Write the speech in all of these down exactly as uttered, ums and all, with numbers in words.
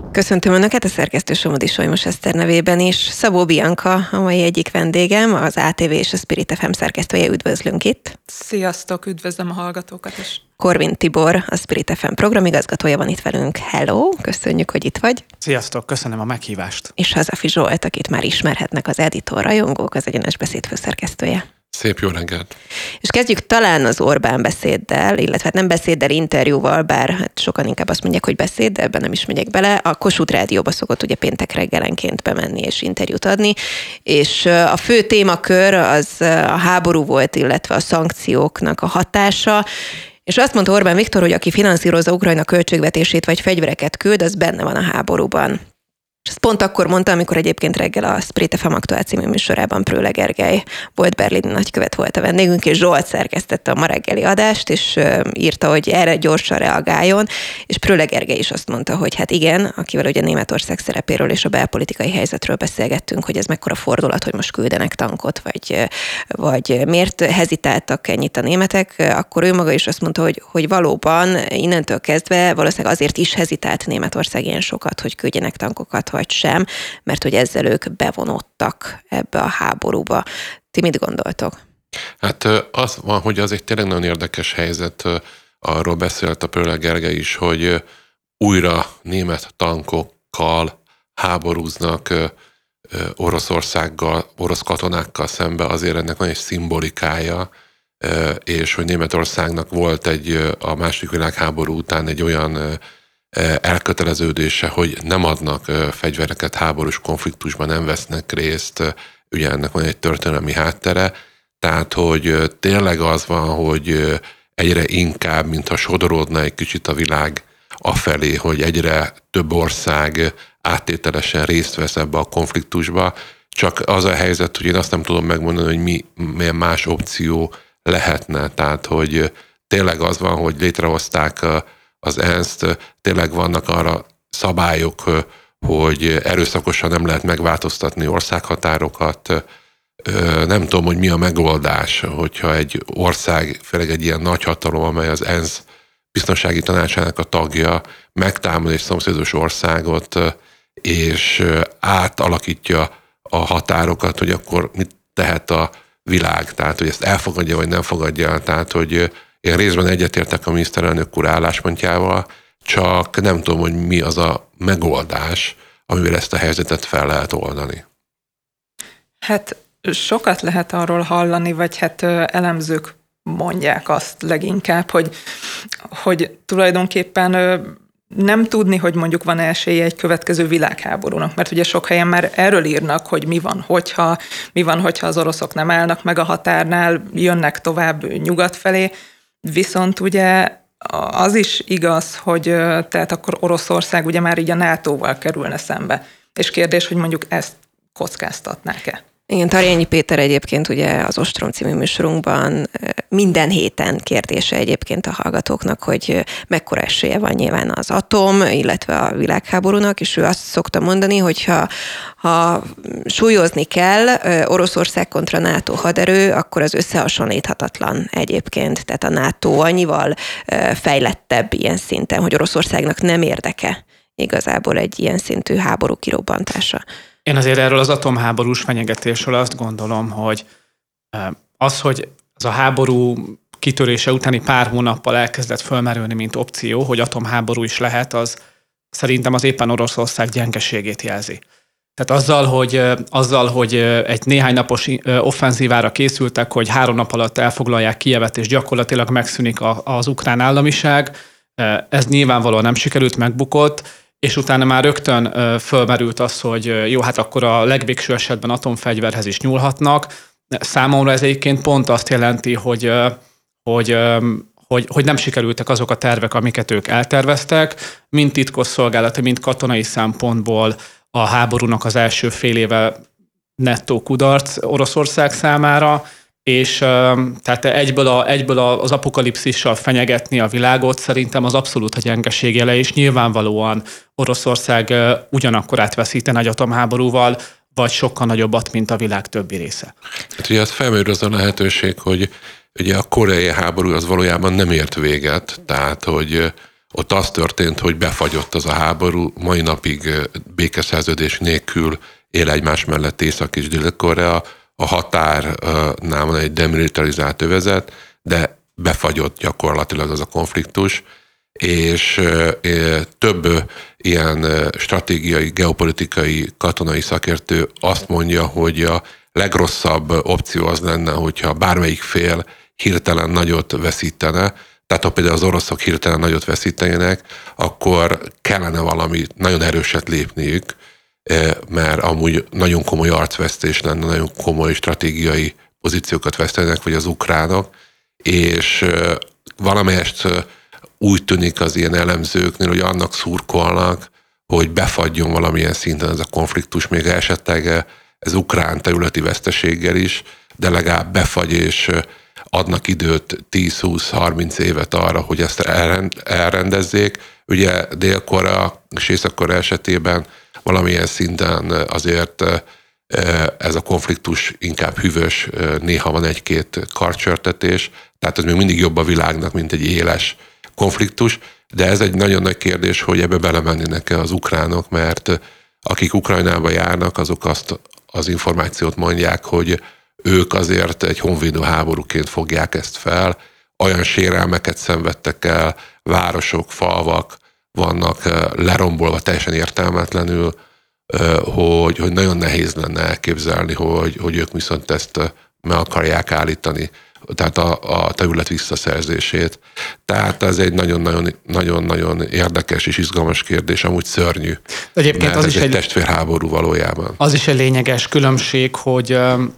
Köszöntöm Önöket, a szerkesztő Somodi Solymos Eszter nevében is. Szabó Bianka, a mai egyik vendégem, az á té vé és a Spirit ef em szerkesztője, üdvözlünk itt. Sziasztok, üdvözlöm a hallgatókat is. Korvin Tibor, a Spirit ef em programigazgatója van itt velünk. Hello, köszönjük, hogy itt vagy. Sziasztok, köszönöm a meghívást. És Hazafi Zsolt, akit már ismerhetnek az editor rajongók, az Egyenes Beszéd főszerkesztője. Szép jó reggelt! És kezdjük talán az Orbán beszéddel, illetve hát nem beszéddel, interjúval, bár hát sokan inkább azt mondják, hogy beszéd, de ebben nem is megyek bele. A Kossuth Rádióba szokott ugye péntek reggelenként bemenni és interjút adni, és a fő témakör az a háború volt, illetve a szankcióknak a hatása, és azt mondta Orbán Viktor, hogy aki finanszírozza Ukrajna költségvetését vagy fegyvereket küld, az benne van a háborúban. És ezt pont akkor mondta, amikor egyébként reggel a Spirit ef em Aktuál című műsorában Prölle Gergely volt berlini nagykövet volt a vendégünk, és Zsolt szerkesztette a ma reggeli adást, és írta, hogy erre gyorsan reagáljon, és Prölle Gergely is azt mondta, hogy hát igen, akivel ugye Németország szerepéről és a belpolitikai helyzetről beszélgettünk, hogy ez mekkora fordulat, hogy most küldenek tankot, vagy, vagy miért hezitáltak ennyit a németek, akkor ő maga is azt mondta, hogy, hogy valóban innentől kezdve valószínűleg azért is hezitált Németország ilyen sokat, hogy küldjenek tankokat, vagy sem, mert hogy ezzel ők bevonódtak ebbe a háborúba. Ti mit gondoltok? Hát az van, hogy az egy tényleg nagyon érdekes helyzet, arról beszélt a Prölle Gergely is, hogy újra német tankokkal háborúznak Oroszországgal, orosz katonákkal szembe, azért ennek van egy szimbolikája, és hogy Németországnak volt egy a második világháború után egy olyan elköteleződése, hogy nem adnak fegyvereket háborús konfliktusban, nem vesznek részt, ugye ennek van egy történelmi háttere, tehát hogy tényleg az van, hogy egyre inkább, mintha sodorodna egy kicsit a világ afelé, hogy egyre több ország áttételesen részt vesz ebbe a konfliktusba, csak az a helyzet, hogy én azt nem tudom megmondani, hogy mi, milyen más opció lehetne, tehát hogy tényleg az van, hogy létrehozták az ENSZ-t, tényleg vannak arra szabályok, hogy erőszakosan nem lehet megváltoztatni országhatárokat. Nem tudom, hogy mi a megoldás, hogyha egy ország, főleg egy ilyen nagy hatalom, amely az ENSZ biztonsági tanácsának a tagja, megtámad egy szomszédos országot, és átalakítja a határokat, hogy akkor mit tehet a világ, tehát hogy ezt elfogadja, vagy nem fogadja, tehát hogy én részben egyetértek a miniszterelnök úr álláspontjával, csak nem tudom, hogy mi az a megoldás, amivel ezt a helyzetet fel lehet oldani. Hát sokat lehet arról hallani, vagy hát elemzők mondják azt leginkább, hogy, hogy tulajdonképpen nem tudni, hogy mondjuk van esélye egy következő világháborúnak, mert ugye sok helyen már erről írnak, hogy mi van, hogyha, mi van, hogyha az oroszok nem állnak meg a határnál, jönnek tovább nyugat felé. Viszont ugye az is igaz, hogy tehát akkor Oroszország ugye már így a nátóval kerülne szembe. És kérdés, hogy mondjuk ezt kockáztatnák-e? Igen, Tarjányi Péter egyébként ugye az Ostrom című műsorunkban minden héten kérdése egyébként a hallgatóknak, hogy mekkora esélye van nyilván az atom, illetve a világháborúnak, és ő azt szokta mondani, hogyha ha súlyozni kell Oroszország kontra NATO haderő, akkor az összehasonlíthatatlan egyébként. Tehát a NATO annyival fejlettebb ilyen szinten, hogy Oroszországnak nem érdeke igazából egy ilyen szintű háború kirobbantása. Én azért erről az atomháborús fenyegetésről azt gondolom, hogy az, hogy az a háború kitörése utáni pár hónappal elkezdett fölmerülni, mint opció, hogy atomháború is lehet, az szerintem az éppen Oroszország gyengeségét jelzi. Tehát azzal, hogy, azzal, hogy egy néhány napos offenzívára készültek, hogy három nap alatt elfoglalják Kijevet, és gyakorlatilag megszűnik az ukrán államiság, ez nyilvánvalóan nem sikerült, megbukott, és utána már rögtön fölmerült az, hogy jó, hát akkor a legvégső esetben atomfegyverhez is nyúlhatnak. Számomra ez egyébként pont azt jelenti, hogy, hogy, hogy, hogy nem sikerültek azok a tervek, amiket ők elterveztek, mind titkosszolgálati, mind katonai szempontból a háborúnak az első fél éve nettó kudarc Oroszország számára, és tehát egyből, a, egyből az apokalipszissal fenyegetni a világot szerintem az abszolút a gyengeség jele, és nyilvánvalóan Oroszország ugyanakkor átveszítene egy atomháborúval, vagy sokkal nagyobbat, mint a világ többi része. Hát ugye az felmerül az a lehetőség, hogy ugye a koreai háború az valójában nem ért véget, tehát hogy ott az történt, hogy befagyott az a háború, mai napig békeszerződés nélkül él egymás mellett Észak- és Dél-Korea, a határnál van egy demilitarizált övezet, de befagyott gyakorlatilag az a konfliktus, és több ilyen stratégiai, geopolitikai, katonai szakértő azt mondja, hogy a legrosszabb opció az lenne, hogyha bármelyik fél hirtelen nagyot veszítene, tehát ha például az oroszok hirtelen nagyot veszítenének, akkor kellene valami nagyon erőset lépniük, mert amúgy nagyon komoly arcvesztés lenne, nagyon komoly stratégiai pozíciókat vesztenek, vagy az ukránok, és valamelyest úgy tűnik az ilyen elemzőknél, hogy annak szurkolnak, hogy befagyjon valamilyen szinten ez a konfliktus, még esetleg ez ukrán területi veszteséggel is, de legalább befagy, és adnak időt tíz-húsz-harminc évet arra, hogy ezt elrendezzék. Ugye Dél-Korea és Észak-Korea esetében valamilyen szinten azért ez a konfliktus inkább hűvös, néha van egy-két karcsörtetés, tehát ez még mindig jobb a világnak, mint egy éles konfliktus, de ez egy nagyon nagy kérdés, hogy ebbe belemennének-e az ukránok, mert akik Ukrajnába járnak, azok azt az információt mondják, hogy ők azért egy honvédő háborúként fogják ezt fel, olyan sérelmeket szenvedtek el, városok, falvak vannak lerombolva teljesen értelmetlenül, hogy, hogy nagyon nehéz lenne elképzelni, hogy, hogy ők viszont ezt meg akarják állítani, tehát a, a terület visszaszerzését. Tehát ez egy nagyon-nagyon érdekes és izgalmas kérdés, amúgy szörnyű. Egyébként az ez is egy, egy testvérháború valójában. Az is egy lényeges különbség, hogy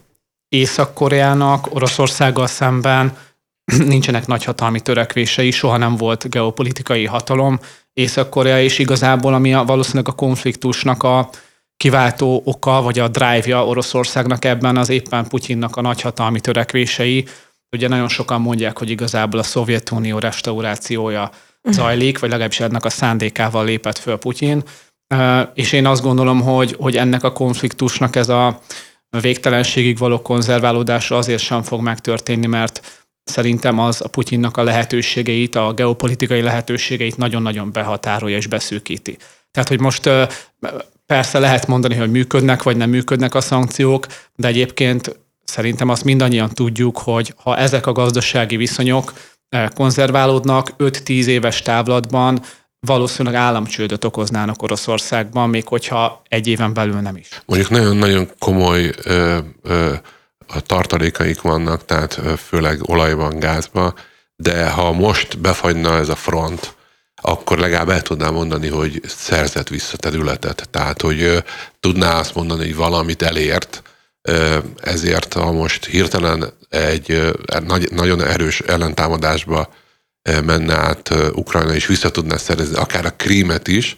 Észak-Koreának Oroszországgal szemben nincsenek nagyhatalmi törekvései, soha nem volt geopolitikai hatalom Észak-Korea, és igazából ami a, valószínűleg a konfliktusnak a kiváltó oka, vagy a drive-ja Oroszországnak ebben az éppen Putyinnak a nagyhatalmi törekvései. Ugye nagyon sokan mondják, hogy igazából a Szovjetunió restaurációja zajlik, vagy legalábbis ennek a szándékával lépett föl Putyin. És én azt gondolom, hogy, hogy ennek a konfliktusnak ez a végtelenségig való konzerválódása azért sem fog megtörténni, mert szerintem az a Putyinnak a lehetőségeit, a geopolitikai lehetőségeit nagyon-nagyon behatárolja és beszűkíti. Tehát, hogy most persze lehet mondani, hogy működnek vagy nem működnek a szankciók, de egyébként szerintem azt mindannyian tudjuk, hogy ha ezek a gazdasági viszonyok konzerválódnak, öt-tíz éves távlatban valószínűleg államcsődöt okoznának Oroszországban, még hogyha egy éven belül nem is. Mondjuk nagyon-nagyon komoly ö, ö, tartalékaik vannak, tehát főleg olajban, gázban, de ha most befagyna ez a front, akkor legalább el tudnám mondani, hogy szerzett vissza területet. Tehát, hogy ö, tudná azt mondani, hogy valamit elért, ö, ezért ha most hirtelen egy ö, nagy, nagyon erős ellentámadásba menne át Ukrajna, és vissza tudná szerezni akár a Krímet is,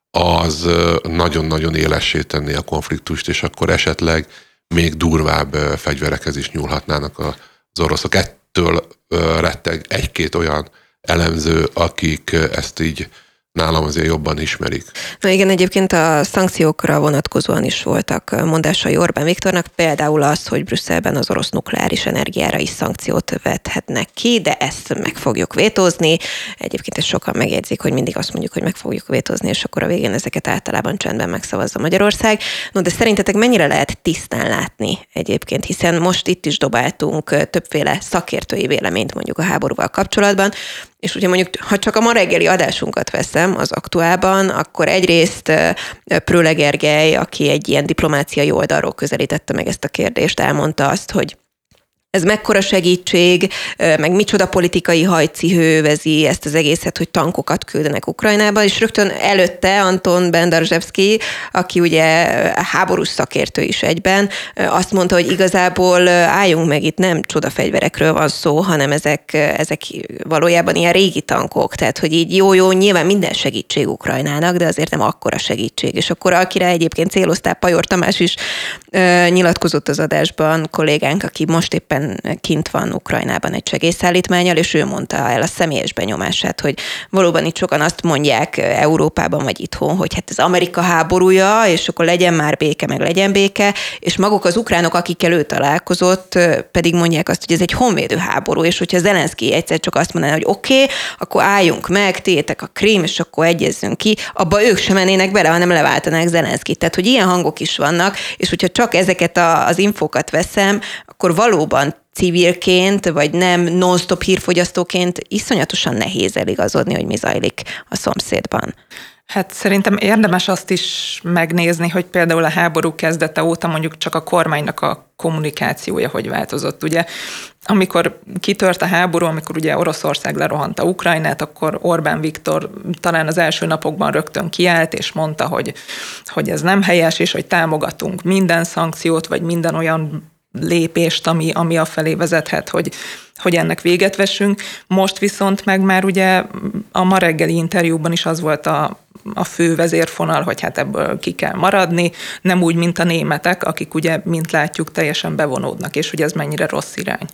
az nagyon-nagyon élessé tenné a konfliktust, és akkor esetleg még durvább fegyverekhez is nyúlhatnának az oroszok. Ettől retteg egy-két olyan elemző, akik ezt így nálam azért jobban ismerik. Na igen, egyébként a szankciókra vonatkozóan is voltak mondásai Orbán Viktornak, például az, hogy Brüsszelben az orosz nukleáris energiára is szankciót vethetnek ki, de ezt meg fogjuk vétózni. Egyébként ezt sokan megjegyzik, hogy mindig azt mondjuk, hogy meg fogjuk vétózni, és akkor a végén ezeket általában csendben megszavazza Magyarország. No, de szerintetek mennyire lehet tisztán látni egyébként, hiszen most itt is dobáltunk többféle szakértői véleményt mondjuk a háborúval kapcsolatban, és ugye mondjuk, ha csak a ma reggeli adásunkat veszem az Aktuálban, akkor egyrészt Pröle Gergely, aki egy ilyen diplomáciai oldalról közelítette meg ezt a kérdést, elmondta azt, hogy ez mekkora segítség, meg micsoda politikai hajcihő övezi ezt az egészet, hogy tankokat küldenek Ukrajnába, és rögtön előtte Anton Bendarzsevszky, aki ugye háborús szakértő is egyben, azt mondta, hogy igazából álljunk meg, itt nem csodafegyverekről van szó, hanem ezek, ezek valójában ilyen régi tankok, tehát hogy így jó-jó, nyilván minden segítség Ukrajnának, de azért nem akkora segítség. És akkor akire egyébként céloztál, Pajor Tamás is nyilatkozott az adásban, kollégánk, aki most éppen éppen kint van Ukrajnában egy segélyszállítmánnyal, és ő mondta el a személyes benyomását, hogy valóban itt sokan azt mondják Európában vagy itthon, hogy hát ez Amerika háborúja, és akkor legyen már béke, meg legyen béke, és maguk az ukránok, akikkel ő találkozott, pedig mondják azt, hogy ez egy honvédő háború, és hogyha Zelenszky egyszer csak azt mondaná, hogy oké, okay, akkor álljunk meg, tétek a Krím, és akkor egyezzünk ki, abba ők sem mennének bele, hanem leváltanák Zelenszkyt. Tehát, hogy ilyen hangok is vannak, és hogyha csak ezeket a, az infókat veszem, akkor valóban civilként, vagy nem non-stop hírfogyasztóként iszonyatosan nehéz eligazodni, hogy mi zajlik a szomszédban. Hát szerintem érdemes azt is megnézni, hogy például a háború kezdete óta mondjuk csak a kormánynak a kommunikációja hogy változott. Ugye, amikor kitört a háború, amikor ugye Oroszország lerohanta Ukrajnát, akkor Orbán Viktor talán az első napokban rögtön kiállt, és mondta, hogy, hogy ez nem helyes, és hogy támogatunk minden szankciót, vagy minden olyan lépést, ami, ami afelé vezethet, hogy, hogy ennek véget vessünk. Most viszont meg már ugye a ma reggeli interjúban is az volt a, a fő vezérfonal, hogy hát ebből ki kell maradni, nem úgy, mint a németek, akik ugye, mint látjuk, teljesen bevonódnak, és hogy ez mennyire rossz irány.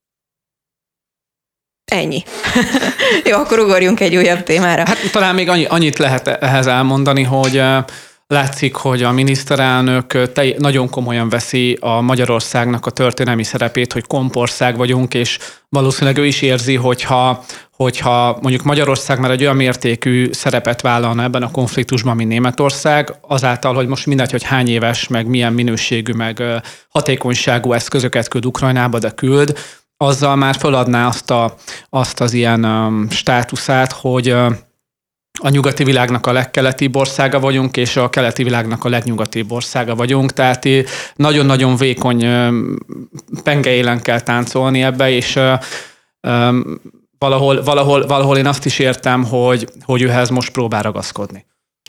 Ennyi. Jó, akkor ugorjunk egy újabb témára. Hát talán még annyi, annyit lehet ehhez elmondani, hogy látszik, hogy a miniszterelnök nagyon komolyan veszi a Magyarországnak a történelmi szerepét, hogy kompország vagyunk, és valószínűleg ő is érzi, hogyha, hogyha mondjuk Magyarország már egy olyan mértékű szerepet vállalna ebben a konfliktusban, mint Németország, azáltal, hogy most mindegy, hogy hány éves, meg milyen minőségű, meg hatékonyságú eszközöket küld Ukrajnába, de küld, azzal már feladná azt, a, azt az ilyen um, státuszát, hogy uh, a nyugati világnak a legkeletibb országa vagyunk, és a keleti világnak a legnyugatibb országa vagyunk, tehát nagyon-nagyon vékony pengeélen kell táncolni ebbe, és um, valahol, valahol, valahol én azt is értem, hogy, hogy őhez most próbál ragaszkodni.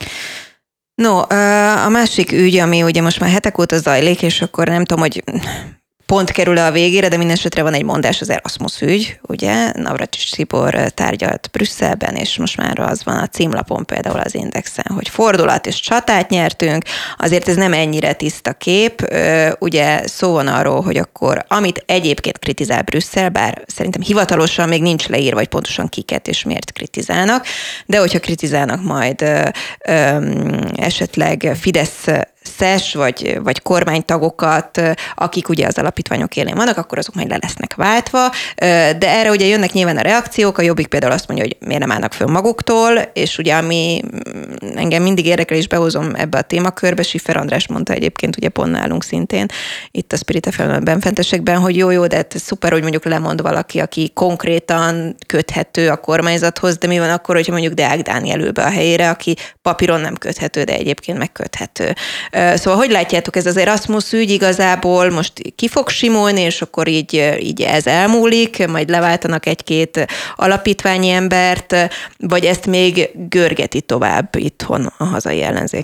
No, a másik ügy, ami ugye most már hetek óta zajlik, és akkor nem tudom, hogy pont kerül a végére, de minden esetre van egy mondás, az Erasmus ügy, ugye? Navracsics Tibor tárgyalt Brüsszelben, és most már az van a címlapon például az Indexen, hogy fordulat és csatát nyertünk, azért ez nem ennyire tiszta kép, ugye szó van arról, hogy akkor amit egyébként kritizál Brüsszel, bár szerintem hivatalosan még nincs leírva, vagy pontosan kiket és miért kritizálnak, de hogyha kritizálnak majd ö, ö, esetleg Fidesz szes vagy, vagy kormánytagokat, akik ugye az alapítványok élén vannak, akkor azok majd le lesznek váltva, de erre ugye jönnek nyilván a reakciók, a Jobbik például azt mondja, hogy miért nem állnak föl maguktól, és ugye ami engem mindig érdekel, és behozom ebbe a témakörbe, Schiffer András mondta egyébként ugye pont nálunk szintén, itt a Spirit ef em benfentesekben, hogy jó-jó, de hát szuper, hogy mondjuk lemond valaki, aki konkrétan köthető a kormányzathoz, de mi van akkor, hogyha mondjuk Deák Dániel ül be a helyére, aki papíron nem köthető, de egyébként megköthető. Szóval hogy látjátok, ez az Erasmus ügy igazából most ki fog simulni, és akkor így, így ez elmúlik, majd leváltanak egy-két alapítványi embert, vagy ezt még görgeti tovább itthon a hazai ellenzék?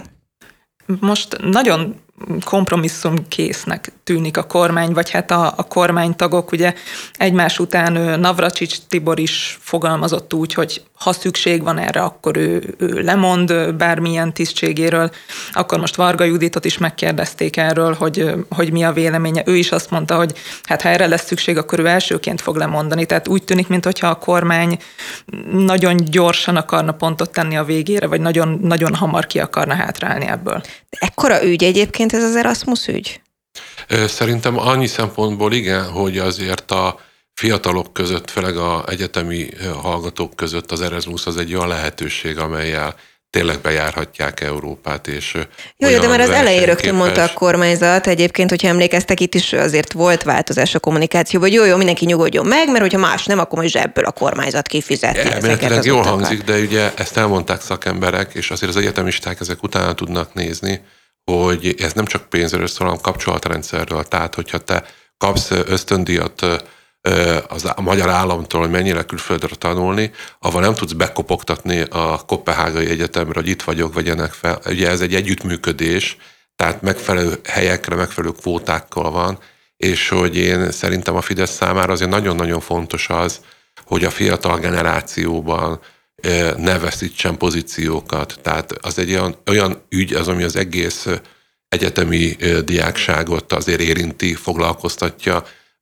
Most nagyon kompromisszumkésznek tűnik a kormány, vagy hát a, a kormánytagok, ugye egymás után Navracsics Tibor is fogalmazott úgy, hogy ha szükség van erre, akkor ő, ő lemond bármilyen tisztségéről. Akkor most Varga Juditot is megkérdezték erről, hogy, hogy mi a véleménye. Ő is azt mondta, hogy hát ha erre lesz szükség, akkor ő elsőként fog lemondani. Tehát úgy tűnik, mintha a kormány nagyon gyorsan akarna pontot tenni a végére, vagy nagyon, nagyon hamar ki akarna hátrálni ebből. De ekkora ügy egyébként ez az Erasmus ügy? Szerintem annyi szempontból igen, hogy azért a fiatalok között, főleg az egyetemi hallgatók között az Erasmus az egy olyan lehetőség, amellyel tényleg bejárhatják Európát. És jó, jó, de már az elején rögtön mondta a kormányzat, egyébként, hogyha emlékeztek, itt is azért volt változás a kommunikációban, hogy jó, jó, mindenki nyugodjon meg, mert hogyha más nem, akkor majd zsebből a kormányzat kifizeti ezeket az utakat. Jól hangzik, de ugye ezt elmondták szakemberek, és azért az egyetemisták ezek utána tudnak nézni, hogy ez nem csak pénzről szól, hanem kapcsolatrendszerről. Tehát, hogyha te kapsz ösztöndíjat az a magyar államtól, hogy mennyire külföldre tanulni, avval nem tudsz bekopogtatni a Koppenhágai Egyetemre, hogy itt vagyok, vegyenek fel. Ugye ez egy együttműködés, tehát megfelelő helyekre, megfelelő kvótákkal van, és hogy én szerintem a Fidesz számára azért nagyon-nagyon fontos az, hogy a fiatal generációban ne veszítsen pozíciókat. Tehát az egy olyan, olyan ügy, az, ami az egész egyetemi diákságot azért érinti, foglalkoztatja.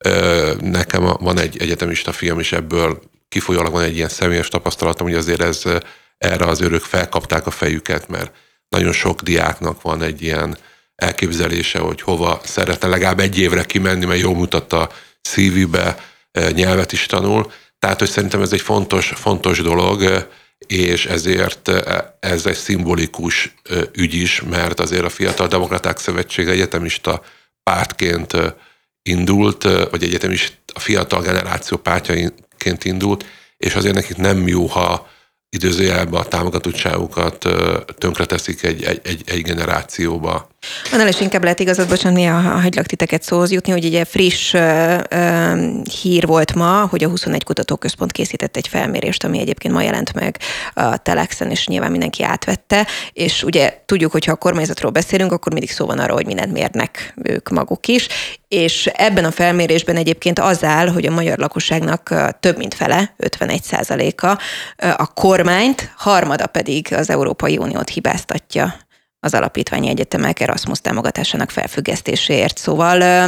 Nekem van egy egyetemista fiam, és ebből kifolyólag van egy ilyen személyes tapasztalatom, hogy azért ez, erre az örök felkapták a fejüket, mert nagyon sok diáknak van egy ilyen elképzelése, hogy hova szeretne legalább egy évre kimenni, mert jól mutat a szívübe, nyelvet is tanul. Tehát, hogy szerintem ez egy fontos, fontos dolog, és ezért ez egy szimbolikus ügy is, mert azért a Fiatal Demokraták Szövetsége egyetemista pártként indult, vagy egyetemista a fiatal generáció pártjaként indult, és azért nekik nem jó, ha időzőjelben a támogatottságukat tönkreteszik egy, egy, egy, egy generációba. Annál is inkább lehet igazad, bocsánat, néha hagylak titeket szóhoz jutni, hogy ugye friss uh, uh, hír volt ma, hogy a huszonegy Kutatóközpont készített egy felmérést, ami egyébként ma jelent meg a Telexen, és nyilván mindenki átvette, és ugye tudjuk, hogy ha a kormányzatról beszélünk, akkor mindig szó van arról, hogy mindent mérnek ők maguk is, és ebben a felmérésben egyébként az áll, hogy a magyar lakosságnak több mint fele, ötvenegy százaléka a kormányt, harmada pedig az Európai Uniót hibáztatja az alapítványi egyetemek Erasmus támogatásának felfüggesztéséért. Szóval,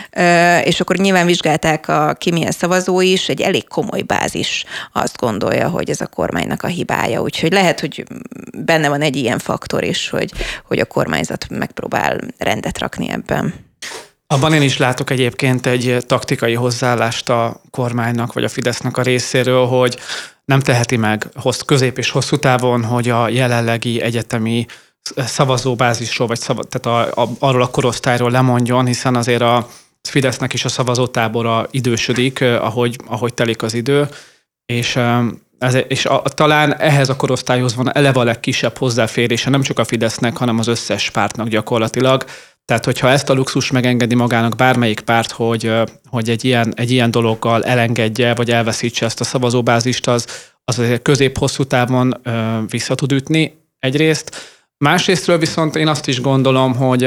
és akkor nyilván vizsgálták a ki milyen szavazó is, egy elég komoly bázis azt gondolja, hogy ez a kormánynak a hibája. Úgyhogy lehet, hogy benne van egy ilyen faktor is, hogy, hogy a kormányzat megpróbál rendet rakni ebben. Abban én is látok egyébként egy taktikai hozzáállást a kormánynak, vagy a Fidesznek a részéről, hogy nem teheti meg közép és hosszú távon, hogy a jelenlegi egyetemi szavazóbázisról, vagy szava, tehát a, a, arról a korosztályról lemondjon, hiszen azért a Fidesznek is a szavazótábora idősödik, ahogy, ahogy telik az idő, és, ez, és a, talán ehhez a korosztályhoz van eleve a legkisebb hozzáférése, nem csak a Fidesznek, hanem az összes pártnak gyakorlatilag. Tehát, hogyha ezt a luxus megengedi magának bármelyik párt, hogy, hogy egy, ilyen, egy ilyen dologgal elengedje, vagy elveszítse ezt a szavazóbázist, az, az azért közép-hosszú távon vissza tud ütni egyrészt. Másrésztről viszont én azt is gondolom, hogy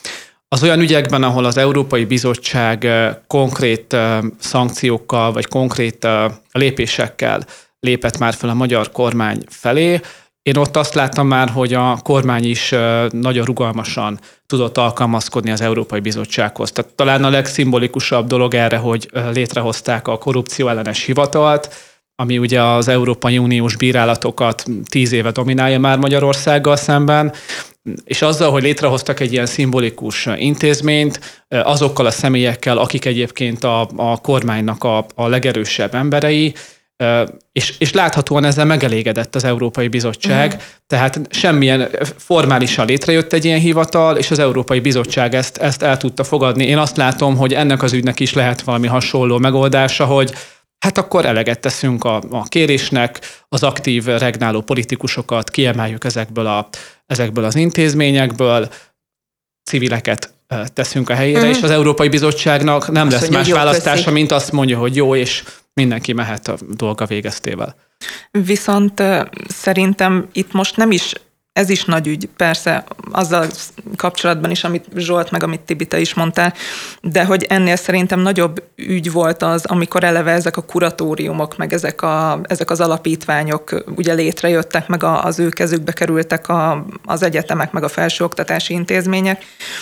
az olyan ügyekben, ahol az Európai Bizottság konkrét szankciókkal vagy konkrét lépésekkel lépett már fel a magyar kormány felé, én ott azt láttam már, hogy a kormány is nagyon rugalmasan tudott alkalmazkodni az Európai Bizottsághoz. Tehát talán a legszimbolikusabb dolog erre, hogy létrehozták a korrupció ellenes hivatalt, ami ugye az Európai Uniós bírálatokat tíz éve dominálja már Magyarországgal szemben, és azzal, hogy létrehoztak egy ilyen szimbolikus intézményt, azokkal a személyekkel, akik egyébként a, a kormánynak a, a legerősebb emberei, és, és láthatóan ezzel megelégedett az Európai Bizottság, uh-huh. tehát semmilyen formálisan létrejött egy ilyen hivatal, és az Európai Bizottság ezt, ezt el tudta fogadni. Én azt látom, hogy ennek az ügynek is lehet valami hasonló megoldása, hogy hát akkor eleget teszünk a, a kérésnek, az aktív regnáló politikusokat kiemeljük ezekből, a, ezekből az intézményekből, civileket teszünk a helyére, mm. és az Európai Bizottságnak nem azt lesz mondja, más választása, köszi. Mint azt mondja, hogy jó, és mindenki mehet a dolga végeztével. Viszont szerintem itt most nem is, ez is nagy ügy, persze, azzal kapcsolatban is, amit Zsolt, meg amit Tibi, te is mondtál, de hogy ennél szerintem nagyobb ügy volt az, amikor eleve ezek a kuratóriumok, meg ezek, a, ezek az alapítványok ugye létrejöttek, meg a, az ő kezükbe kerültek a, az egyetemek, meg a felsőoktatási intézmények,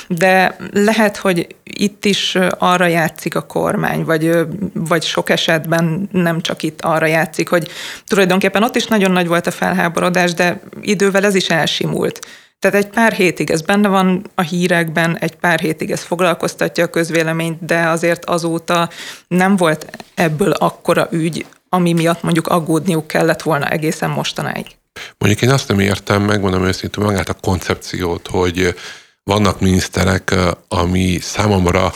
de lehet, hogy itt is arra játszik a kormány, vagy, vagy sok esetben nem csak itt arra játszik, hogy tulajdonképpen ott is nagyon nagy volt a felháborodás, de idővel ez is elsimult. Tehát egy pár hétig ez benne van a hírekben, egy pár hétig ez foglalkoztatja a közvéleményt, de azért azóta nem volt ebből akkora ügy, ami miatt mondjuk aggódniuk kellett volna egészen mostanáig. Mondjuk én azt nem értem, megmondom őszintén magát a koncepciót, hogy vannak miniszterek, ami számomra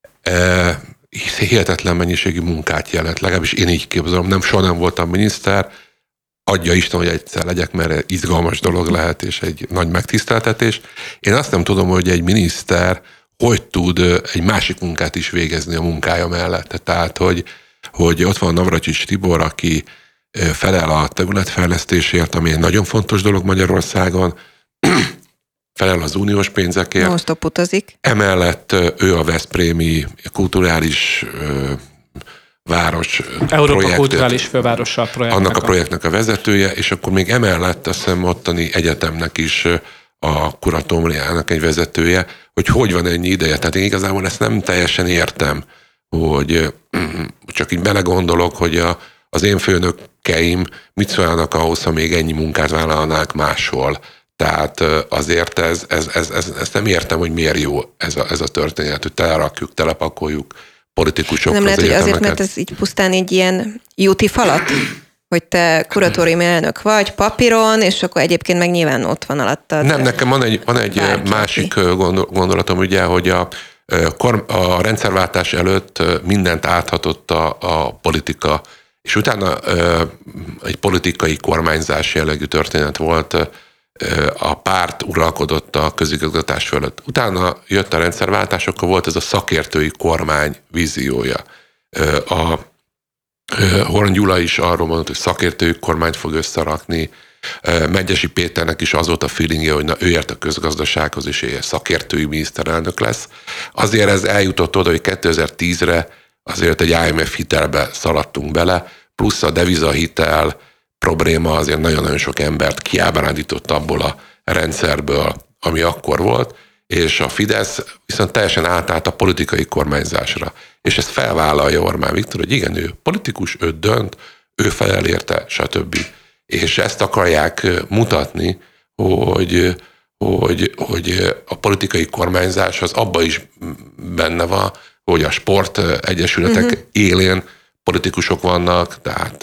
eh, hihetetlen mennyiségű munkát jelent. Legalábbis én így képzelem, nem soha nem voltam miniszter, adja Isten, hogy egyszer legyek, mert izgalmas dolog lehet, és egy nagy megtiszteltetés. Én azt nem tudom, hogy egy miniszter hogy tud egy másik munkát is végezni a munkája mellett. Tehát, hogy, hogy ott van Navracsics Tibor, aki felel a területfejlesztésért, ami egy nagyon fontos dolog Magyarországon, felel az uniós pénzekért. Non-stop utazik. Emellett ő a veszprémi kulturális város Európa projektet, kulturális fővárosa projektnek. Annak a projektnek a vezetője, és akkor még emellett azt hiszem ottani egyetemnek is a kuratóriának egy vezetője, hogy hogy van ennyi ideje. Tehát én igazából ezt nem teljesen értem, hogy csak így belegondolok, hogy a, az én főnökeim mit szólnak ahhoz, ha még ennyi munkát vállalnák máshol. Tehát azért ez, ez, ez, ez, ezt nem értem, hogy miért jó ez a, ez a történet, hogy telerakjuk, telepakoljuk politikusokra. Nem lehet, hogy azért, mert ez így pusztán egy ilyen úti falat, hogy te kuratóriumi elnök vagy papíron, és akkor egyébként meg nyilván ott van alattad. Nem, nekem van egy, van egy bárki, másik gondolatom, ugye, hogy a, a rendszerváltás előtt mindent áthatott a, a politika, és utána egy politikai kormányzás jellegű történet volt, a párt uralkodott a közigazgatás fölött. Utána jött a rendszerváltás, akkor volt ez a szakértői kormány víziója. A Horn Gyula is arról mondott, hogy szakértői kormányt fog összerakni. Megyesi Péternek is az volt a feelingje, hogy na, ő ért a közgazdasághoz, és ő szakértői miniszterelnök lesz. Azért ez eljutott oda, hogy kétezer-tízre azért egy I M F hitelbe szaladtunk bele, plusz a devizahitel probléma azért nagyon-nagyon sok embert kiábrándított abból a rendszerből, ami akkor volt, és a Fidesz viszont teljesen átállt a politikai kormányzásra. És ezt felvállalja Orbán Viktor, hogy igen, ő politikus, ő dönt, ő felel érte, stb. És ezt akarják mutatni, hogy, hogy, hogy a politikai kormányzás az abban is benne van, hogy a sportegyesületek uh-huh. élén politikusok vannak, tehát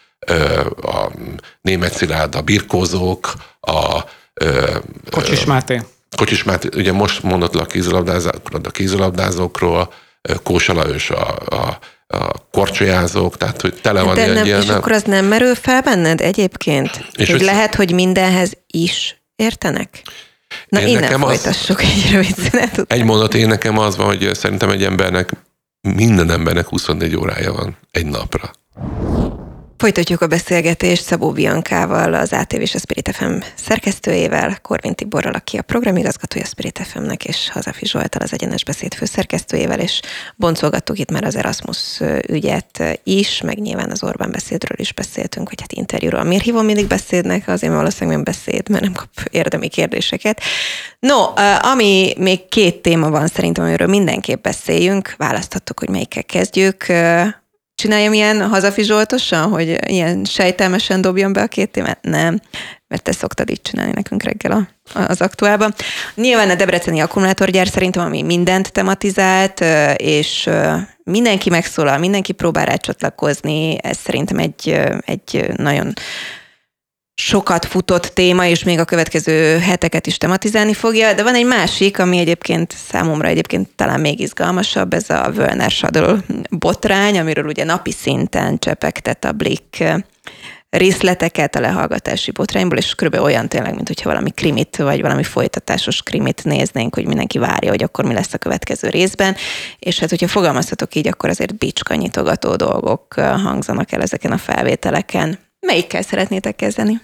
a Németh Szilárd, a birkózók, a Kocsis Máté. Kocsis Máté, ugye most mondott le a kézilabdázókról, a kézilabdázókról, Kósa Lajos a, a, a korcsolyázók, tehát hogy tele van de ilyen... Nem, ilyen és nem. akkor az nem merül fel benned egyébként? És hogy lehet, hogy mindenhez is értenek? Na, én innen folytassuk az, egy rövid szünet után. Egy mondat, én nekem az van, hogy szerintem egy embernek, minden embernek huszonnégy órája van egy napra. Folytatjuk a beszélgetést Szabó Biancával, az á té vé és a Spirit ef em szerkesztőjével, Korvin Tiborral, aki a programigazgatója a Spirit ef emnek, és Hazafi Zsolttal, az Egyenes Beszéd főszerkesztőjével, és boncolgattuk itt már az Erasmus ügyet is, meg nyilván az Orbán beszédről is beszéltünk, vagy hát interjúról. Miért hívom mindig beszédnek? Azért, mert valószínűleg nem beszéd, mert nem kap érdemi kérdéseket. No, ami még két téma van szerintem, amiről mindenképp beszéljünk. Választhattuk, hogy melyikkel kezdjük. Csináljam ilyen Hazafi Zsoltosan, hogy ilyen sejtelmesen dobjon be a két témát? Nem, mert te szoktad így csinálni nekünk reggel a, az aktuálban. Nyilván a debreceni akkumulátorgyár szerintem, ami mindent tematizált, és mindenki megszólal, mindenki próbál rá csatlakozni. Ez szerintem egy, egy nagyon sokat futott téma, és még a következő heteket is tematizálni fogja, de van egy másik, ami egyébként számomra egyébként talán még izgalmasabb, ez a Völner Shuttle botrány, amiről ugye napi szinten csepegtet a Blick részleteket a lehallgatási botrányból, és körülbelül olyan tényleg, mint hogyha valami krimit, vagy valami folytatásos krimit néznénk, hogy mindenki várja, hogy akkor mi lesz a következő részben, és hát hogyha fogalmazhatok így, akkor azért bicskanyitogató dolgok hangzanak el ezeken a felvételeken. Melyikkel szeretnétek kezdeni?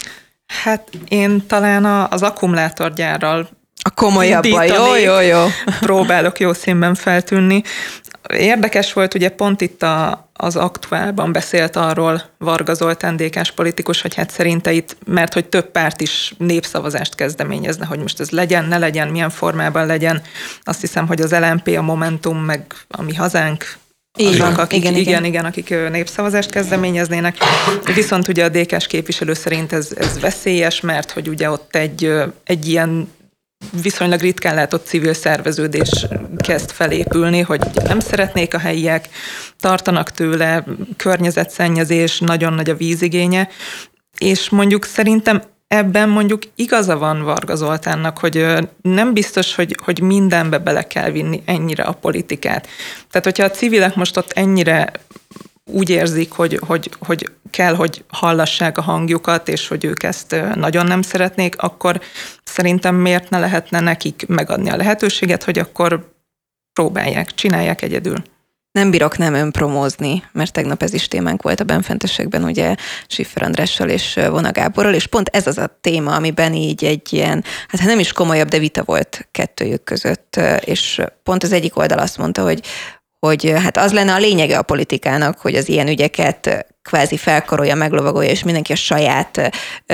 Hát én talán az akkumulátorgyárral a komolyabban, jó, jó, jó. próbálok jó színben feltűnni. Érdekes volt, ugye pont itt a, az aktuálban beszélt arról Varga Zoltán dé ká-s politikus, hogy hát szerinte itt, mert hogy több párt is népszavazást kezdeményezne, hogy most ez legyen, ne legyen, milyen formában legyen. Azt hiszem, hogy az el em pé, a Momentum, meg a Mi Hazánk, Azok, Azok, akik, igen, igen, igen. igen, akik népszavazást kezdeményeznének. Viszont ugye a dé ká-s képviselő szerint ez, ez veszélyes, mert hogy ugye ott egy, egy ilyen viszonylag ritkán látott civil szerveződés kezd felépülni, hogy nem szeretnék a helyiek, tartanak tőle, környezetszennyezés, nagyon nagy a vízigénye, és mondjuk szerintem ebben mondjuk igaza van Varga Zoltánnak, hogy nem biztos, hogy, hogy mindenbe bele kell vinni ennyire a politikát. Tehát, hogyha a civilek most ott ennyire úgy érzik, hogy, hogy, hogy kell, hogy hallassák a hangjukat, és hogy ők ezt nagyon nem szeretnék, akkor szerintem miért ne lehetne nekik megadni a lehetőséget, hogy akkor próbálják, csinálják egyedül. Nem bírok nem önpromózni, mert tegnap ez is témánk volt a Benfentességben, ugye Schiffer Andrással és Vona Gáborral, és pont ez az a téma, amiben így egy ilyen, hát nem is komolyabb, de vita volt kettőjük között, és pont az egyik oldal azt mondta, hogy hogy hát az lenne a lényege a politikának, hogy az ilyen ügyeket kvázi felkarolja, meglovagolja, és mindenki a saját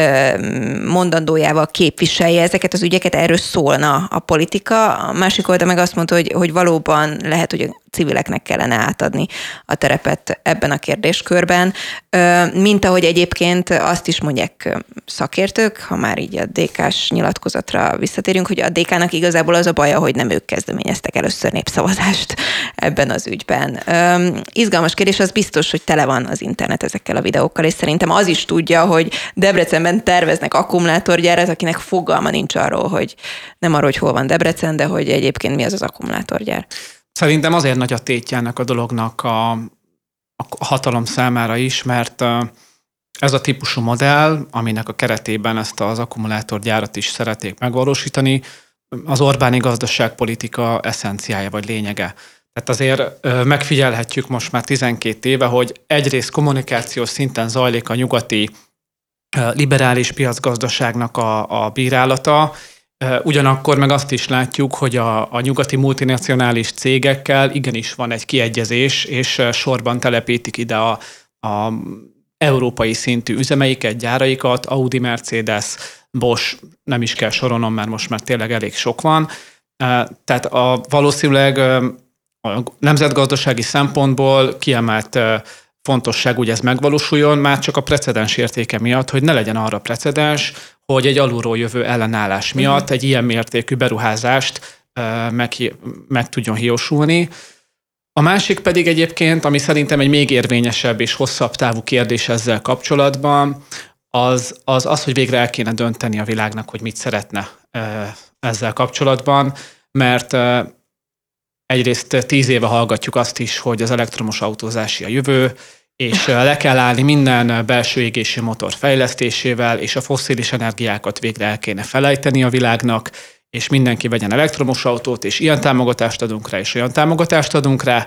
mondandójával képviselje ezeket az ügyeket, erről szólna a politika. A másik oldal meg azt mondta, hogy, hogy valóban lehet, hogy civileknek kellene átadni a terepet ebben a kérdéskörben, mint ahogy egyébként azt is mondják szakértők, ha már így a dé ká-s nyilatkozatra visszatérünk, hogy a dé ká-nak igazából az a baja, hogy nem ők kezdeményeztek először népszavazást ebben az ügyben. Izgalmas kérdés, az biztos, hogy tele van az internet ezekkel a videókkal, és szerintem az is tudja, hogy Debrecenben terveznek akkumulátorgyárat, akinek fogalma nincs arról, hogy nem arról, hogy hol van Debrecen, de hogy egyébként mi az az akkumulátorgyár. Szerintem azért nagy a tétjának a dolognak a, a hatalom számára is, mert ez a típusú modell, aminek a keretében ezt az akkumulátorgyárat is szeretnék megvalósítani, az Orbáni gazdaságpolitika eszenciája vagy lényege. Tehát azért megfigyelhetjük most már tizenkét éve, hogy egyrészt kommunikációs szinten zajlik a nyugati liberális piacgazdaságnak a, a bírálata, ugyanakkor meg azt is látjuk, hogy a, a nyugati multinacionális cégekkel igenis van egy kiegyezés, és sorban telepítik ide a, a európai szintű üzemeiket, gyáraikat, Audi, Mercedes, Bosch, nem is kell sorolnom, mert most már tényleg elég sok van. Tehát a, valószínűleg a nemzetgazdasági szempontból kiemelt fontosság, hogy ez megvalósuljon, már csak a precedens értéke miatt, hogy ne legyen arra precedens, hogy egy alulról jövő ellenállás miatt uh-huh. egy ilyen mértékű beruházást meg, meg tudjon hiósulni. A másik pedig egyébként, ami szerintem egy még érvényesebb és hosszabb távú kérdés ezzel kapcsolatban, az az, az hogy végre el kéne dönteni a világnak, hogy mit szeretne ezzel kapcsolatban, mert egyrészt tíz éve hallgatjuk azt is, hogy az elektromos autózási a jövő, és le kell állni minden belső égési motor fejlesztésével, és a fosszilis energiákat végre el kéne felejteni a világnak, és mindenki vegyen elektromos autót, és ilyen támogatást adunk rá, és olyan támogatást adunk rá.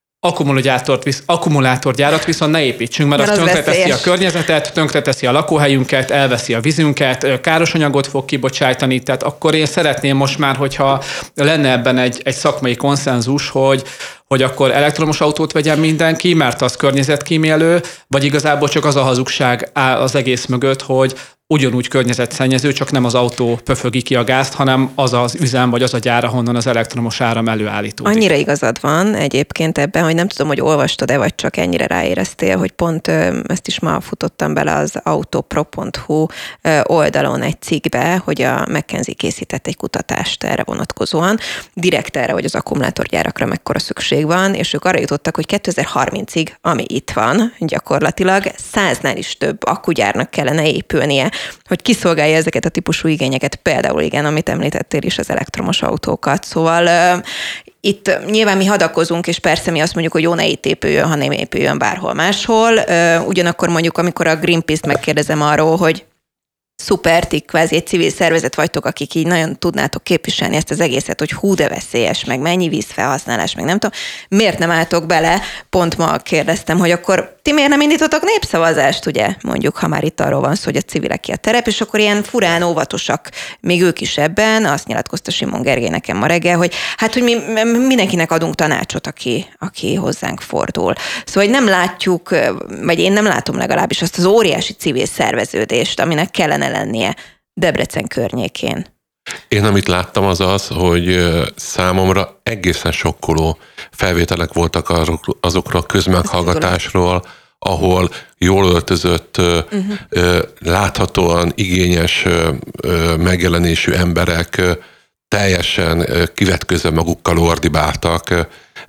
Akkumulátorgyárat viszont ne építsünk, mert, mert az, az tönkreteszi a környezetet, tönkreteszi a lakóhelyünket, elveszi a vízünket, káros anyagot fog kibocsájtani, tehát akkor én szeretném most már, hogyha lenne ebben egy, egy szakmai konszenzus, hogy, hogy akkor elektromos autót vegyen mindenki, mert az környezetkímélő, vagy igazából csak az a hazugság áll az egész mögött, hogy ugyanúgy környezetszennyező, csak nem az autó pöfögi ki a gázt, hanem az az üzem, vagy az a gyár, ahonnan az elektromos áram előállítódik. Annyira igazad van egyébként ebben, hogy nem tudom, hogy olvastad-e, vagy csak ennyire ráéreztél, hogy pont ezt is ma futottam bele az autopro pont hu oldalon egy cikkbe, hogy a McKinsey készített egy kutatást erre vonatkozóan, direkt erre, hogy az akkumulátorgyárakra mekkora szükség van, és ők arra jutottak, hogy kétezer-harmincig, ami itt van, gyakorlatilag száznál is több akkugyárnak kellene épülnie, hogy kiszolgálja ezeket a típusú igényeket, például igen, amit említettél is, az elektromos autókat. Szóval uh, itt nyilván mi hadakozunk, és persze mi azt mondjuk, hogy jó, ne itt épüljön, hanem épüljön bárhol máshol. Uh, ugyanakkor mondjuk, amikor a Greenpeace-t megkérdezem arról, hogy szuper, ti kvázi egy civil szervezet vagytok, akik így nagyon tudnátok képviselni ezt az egészet, hogy hú, de veszélyes, meg mennyi vízfelhasználás, meg nem tudom. Miért nem álltok bele? Pont ma kérdeztem, hogy akkor ti miért nem indítotok népszavazást, ugye? Mondjuk, ha már itt arról van szó, hogy a civilek ki a terep, és akkor ilyen furán óvatosak, még ők is ebben, azt nyilatkozta Simon Gergely nekem ma reggel, hogy hát, hogy mi mindenkinek adunk tanácsot, aki, aki hozzánk fordul. Szóval, hogy nem látjuk, vagy én nem látom legalábbis azt az óriási civil szerveződést, aminek kellene lennie Debrecen környékén. Én amit láttam az az, hogy számomra egészen sokkoló felvételek voltak azokról a közmeghallgatásról, ahol jól öltözött, uh-huh. láthatóan igényes megjelenésű emberek teljesen kivetközve magukkal ordibáltak.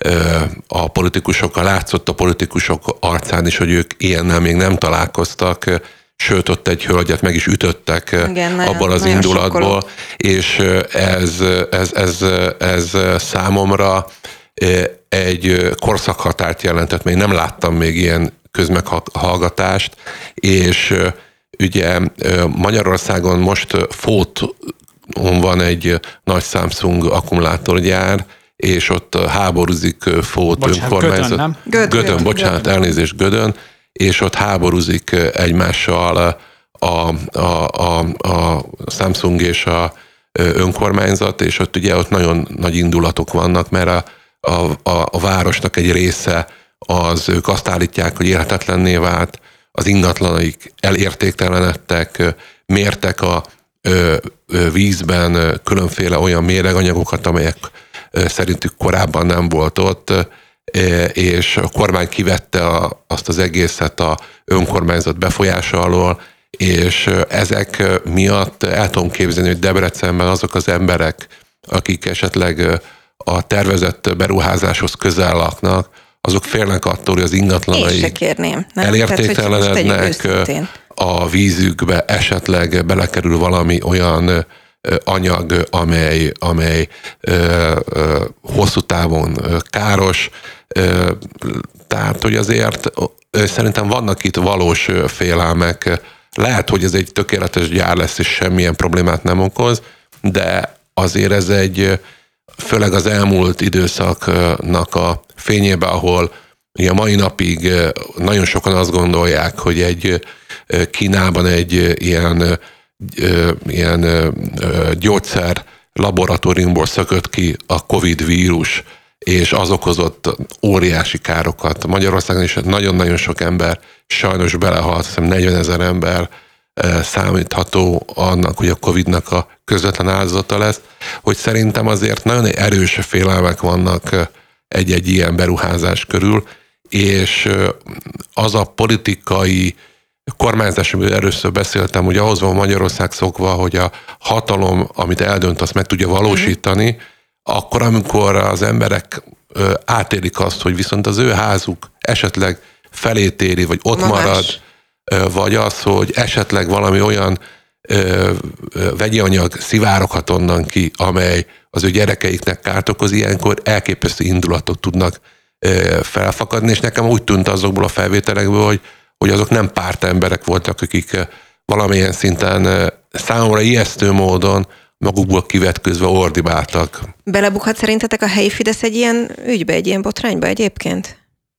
A politikusokkal látszott a politikusok arcán is, hogy ők ilyennel még nem találkoztak, sőt, ott egy hölgyet meg is ütöttek igen, abban az indulatból, sokkoló. És ez, ez, ez, ez számomra egy korszakhatárt jelentett, mert én nem láttam még ilyen közmeghallgatást, és ugye Magyarországon most Fóton van egy nagy Samsung akkumulátorgyár, és ott háborúzik Fót önkormányzat. Gödön, nem? Gödön, Gödön, bocsánat, Gödön. elnézést, Gödön, és ott háborúzik egymással a, a, a, a Samsung és a önkormányzat, és ott ugye ott nagyon nagy indulatok vannak, mert a, a, a, a városnak egy része az, ők azt állítják, hogy élhetetlenné vált, az ingatlanaik elértéktelenedtek, mértek a ö, ö, vízben különféle olyan méreganyagokat, amelyek ö, szerintük korábban nem volt ott, és a kormány kivette a, azt az egészet a önkormányzat befolyása alól, és ezek miatt el tudom képzelni, hogy Debrecenben azok az emberek, akik esetleg a tervezett beruházáshoz közel laknak, azok félnek attól, hogy az ingatlanai elértéktelenednek, a vízükbe esetleg belekerül valami olyan anyag, amely, amely ö, ö, hosszú távon káros. Ö, tehát, hogy azért ö, szerintem vannak itt valós félelmek. Lehet, hogy ez egy tökéletes gyár lesz, és semmilyen problémát nem okoz, de azért ez egy, főleg az elmúlt időszaknak a fényében, ahol a mai napig nagyon sokan azt gondolják, hogy egy Kínában egy ilyen, ilyen gyógyszer laboratóriumból szökött ki a Covid vírus, és az okozott óriási károkat. Magyarországon is nagyon-nagyon sok ember sajnos belehalt, azt hiszem negyvenezer ember számítható annak, hogy a Covidnak a közvetlen áldozata lesz, hogy szerintem azért nagyon erős félelmek vannak egy-egy ilyen beruházás körül, és az a politikai kormányzás, amiről először beszéltem, hogy ahhoz van Magyarország szokva, hogy a hatalom, amit eldönt, azt meg tudja valósítani, mm-hmm. akkor, amikor az emberek átélik azt, hogy viszont az ő házuk esetleg felét éri, vagy ott Mamás. marad, vagy az, hogy esetleg valami olyan ö, ö, vegyi anyag szivároghat onnan ki, amely az ő gyerekeiknek kárt okoz, ilyenkor elképesztő indulatok tudnak ö, felfakadni, és nekem úgy tűnt azokból a felvételekből, hogy, hogy azok nem pártemberek voltak, akik valamilyen szinten számomra ijesztő módon magukból kivetközve ordibáltak. Belebukhat szerintetek a helyi Fidesz egy ilyen ügybe, egy ilyen botrányba egyébként?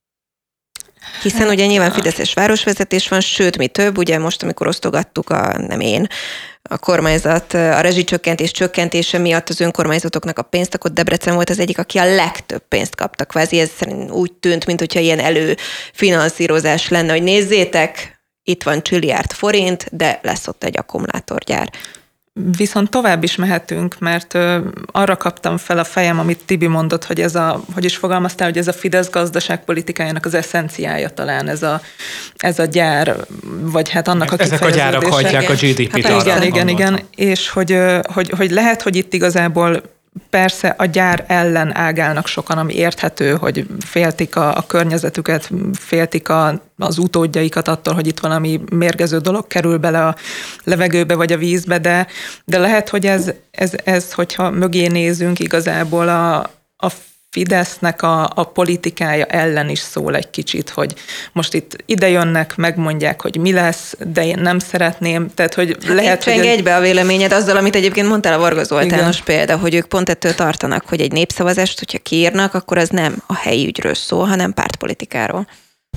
Hiszen ugye nyilván fideszes városvezetés van, sőt, mi több, ugye most, amikor osztogattuk, a, nem én, a kormányzat a rezsicsökkentés csökkentése miatt az önkormányzatoknak a pénzt, akkor Debrecen volt az egyik, aki a legtöbb pénzt kaptak. Kvázi ez szerint úgy tűnt, mint hogyha ilyen előfinanszírozás lenne, hogy nézzétek, itt van csilliárd forint, de lesz ott egy akkumulátorgyár. Viszont tovább is mehetünk, mert ö, arra kaptam fel a fejem, amit Tibi mondott, hogy ez a, hogy is fogalmaztál, hogy ez a Fidesz gazdaságpolitikájának az eszenciája talán, ez a, ez a gyár, vagy hát annak a Ezek a gyárak hagyják a gé dé pét. Hát igen, igen, igen, és hogy, hogy, hogy lehet, hogy itt igazából persze a gyár ellen ágálnak sokan, ami érthető, hogy féltik a, a környezetüket, féltik a, az utódjaikat attól, hogy itt valami mérgező dolog kerül bele a levegőbe vagy a vízbe, de, de lehet, hogy ez, ez, ez, hogyha mögé nézünk, igazából a, a Fidesznek a, a politikája ellen is szól egy kicsit, hogy most itt ide jönnek, megmondják, hogy mi lesz, de én nem szeretném. Tehát, hogy hát lehet, hogy... Ez... egybe a véleményed azzal, amit egyébként mondtál a Varga Zoltános példa, hogy ők pont ettől tartanak, hogy egy népszavazást, hogyha kiírnak, akkor az nem a helyi ügyről szól, hanem pártpolitikáról.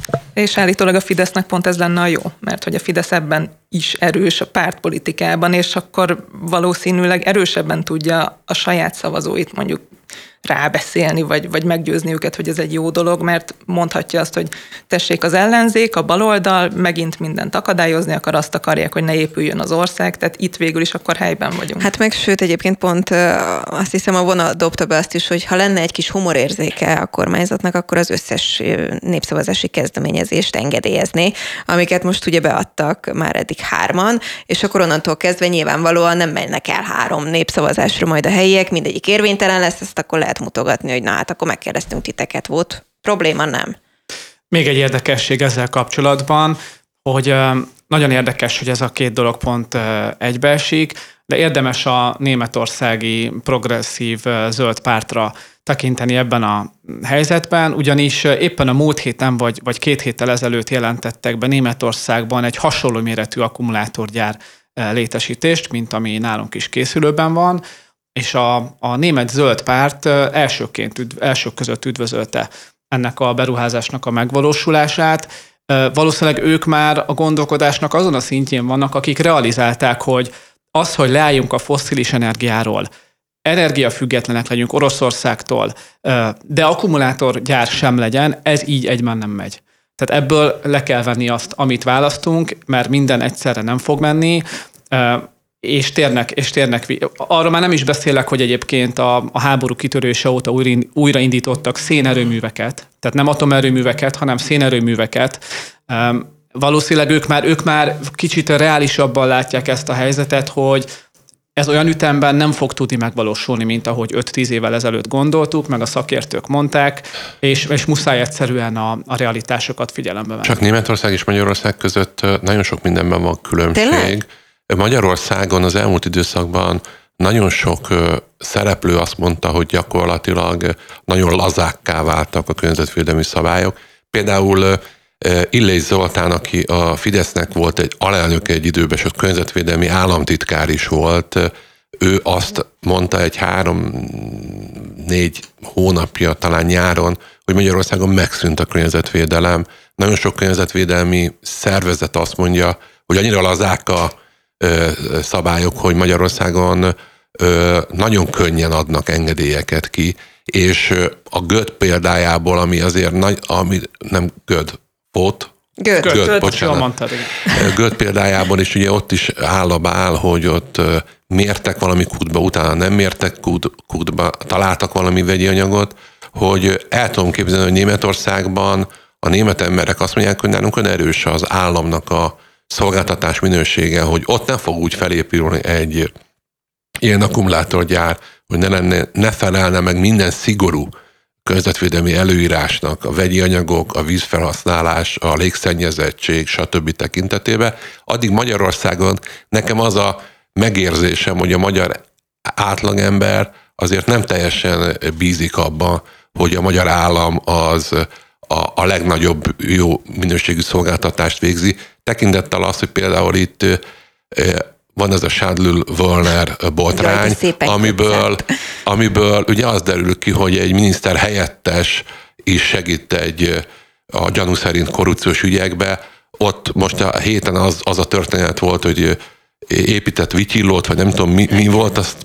És állítólag a Fidesznek pont ez lenne a jó, mert hogy a Fidesz ebben is erős a pártpolitikában, és akkor valószínűleg erősebben tudja a saját szavazóit mondjuk rábeszélni, vagy, vagy meggyőzni őket, hogy ez egy jó dolog, mert mondhatja azt, hogy tessék az ellenzék, a baloldal megint mindent akadályozni akar, azt akarják, hogy ne épüljön az ország, tehát itt végül is akkor helyben vagyunk. Hát meg sőt, egyébként pont azt hiszem a vonal dobta be azt is, hogy ha lenne egy kis humorérzéke a kormányzatnak, akkor az összes népszavazási kezdeményezést engedélyezné, amiket most ugye beadtak már eddig hárman, és akkor onnantól kezdve nyilvánvalóan nem mennek el három népszavazásra majd a helyiek, mindegyik érvénytelen lesz, ezt akkor lehet mutogatni, hogy na hát akkor megkérdeztünk titeket, volt probléma, nem? Még egy érdekesség ezzel kapcsolatban, hogy nagyon érdekes, hogy ez a két dolog pont egybeesik, de érdemes a németországi progresszív zöld pártra tekinteni ebben a helyzetben, ugyanis éppen a múlt héten vagy, vagy két héttel ezelőtt jelentettek be Németországban egy hasonló méretű akkumulátorgyár létesítést, mint ami nálunk is készülőben van, és a, a német zöld párt elsőként, üdv, elsők között üdvözölte ennek a beruházásnak a megvalósulását. Valószínűleg ők már a gondolkodásnak azon a szintjén vannak, akik realizálták, hogy az, hogy leálljunk a fosszilis energiáról, energiafüggetlenek legyünk Oroszországtól, de akkumulátorgyár sem legyen, ez így egyben nem megy. Tehát ebből le kell venni azt, amit választunk, mert minden egyszerre nem fog menni. és térnek, és térnek. Arról már nem is beszélek, hogy egyébként a, a háború kitörése óta újra, újraindítottak szénerőműveket, tehát nem atomerőműveket, hanem szénerőműveket. Um, valószínűleg ők már, ők már kicsit reálisabban látják ezt a helyzetet, hogy ez olyan ütemben nem fog tudni megvalósulni, mint ahogy öt-tíz évvel ezelőtt gondoltuk, meg a szakértők mondták, és, és muszáj egyszerűen a, a realitásokat figyelembe venni. Csak Németország és Magyarország között nagyon sok mindenben van különbség. Tényleg? Magyarországon az elmúlt időszakban nagyon sok szereplő azt mondta, hogy gyakorlatilag nagyon lazákká váltak a környezetvédelmi szabályok. Például Illés Zoltán, aki a Fidesznek volt egy alelnöke egy időben, és ott környezetvédelmi államtitkár is volt, ő azt mondta egy három-négy hónapja, talán nyáron, hogy Magyarországon megszűnt a környezetvédelem. Nagyon sok környezetvédelmi szervezet azt mondja, hogy annyira lazák a szabályok, hogy Magyarországon nagyon könnyen adnak engedélyeket ki, és a Göd példájából, ami azért nagy, ami nem Göd, Pót, Göd, Göd, Göd, bocsánat. Göd példájában is ugye ott is áll a bál, hogy ott mértek valami kútba, utána nem mértek kút, kútba, találtak valami vegyi anyagot, hogy el tudom képzelni, hogy Németországban a német emberek azt mondják, hogy nálunk olyan erős az államnak a szolgáltatás minősége, hogy ott nem fog úgy felépülni egy ilyen akkumulátorgyár, hogy ne, lenne, ne felelne meg minden szigorú környezetvédelmi előírásnak, a vegyi anyagok, a vízfelhasználás, a légszennyezettség, stb. Tekintetében. Addig Magyarországon nekem az a megérzésem, hogy a magyar átlagember azért nem teljesen bízik abban, hogy a magyar állam az a, a legnagyobb jó minőségű szolgáltatást végzi. Tekintettel az, hogy például itt van ez a Schadl-Wörner botrány, amiből, amiből ugye az derül ki, hogy egy miniszter helyettes is segít egy a gyanú szerint korrupciós ügyekbe. Ott most a héten az, az a történet volt, hogy épített vityillót, vagy nem tudom mi, mi volt az,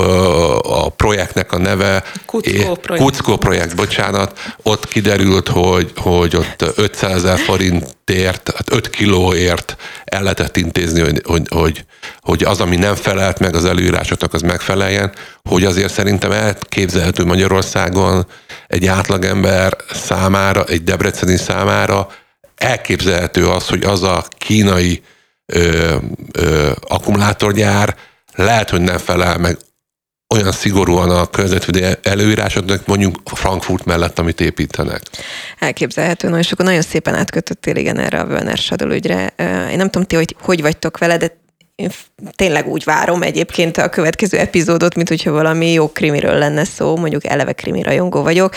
a projektnek a neve. Kuckó projekt. Kuckó projekt, bocsánat. Ott kiderült, hogy, hogy ott ötszázezer forintért, hát öt kilóért el lehetett intézni, hogy, hogy, hogy, hogy az, ami nem felelt meg az előírásoknak, az megfeleljen, hogy azért szerintem elképzelhető Magyarországon egy átlagember számára, egy debreceni számára elképzelhető az, hogy az a kínai Ö, ö, akkumulátorgyár lehet, hogy nem felel meg olyan szigorúan a környezetvédelmi előírásoknak, mondjuk Frankfurt mellett, amit építenek. Elképzelhető, no, és akkor nagyon szépen átkötöttél igen erre a Wörner Schadl ügyre. Én nem tudom ti, hogy hogy vagytok vele, de én tényleg úgy várom egyébként a következő epizódot, mint hogyha valami jó krimiről lenne szó, mondjuk eleve krimi rajongó vagyok.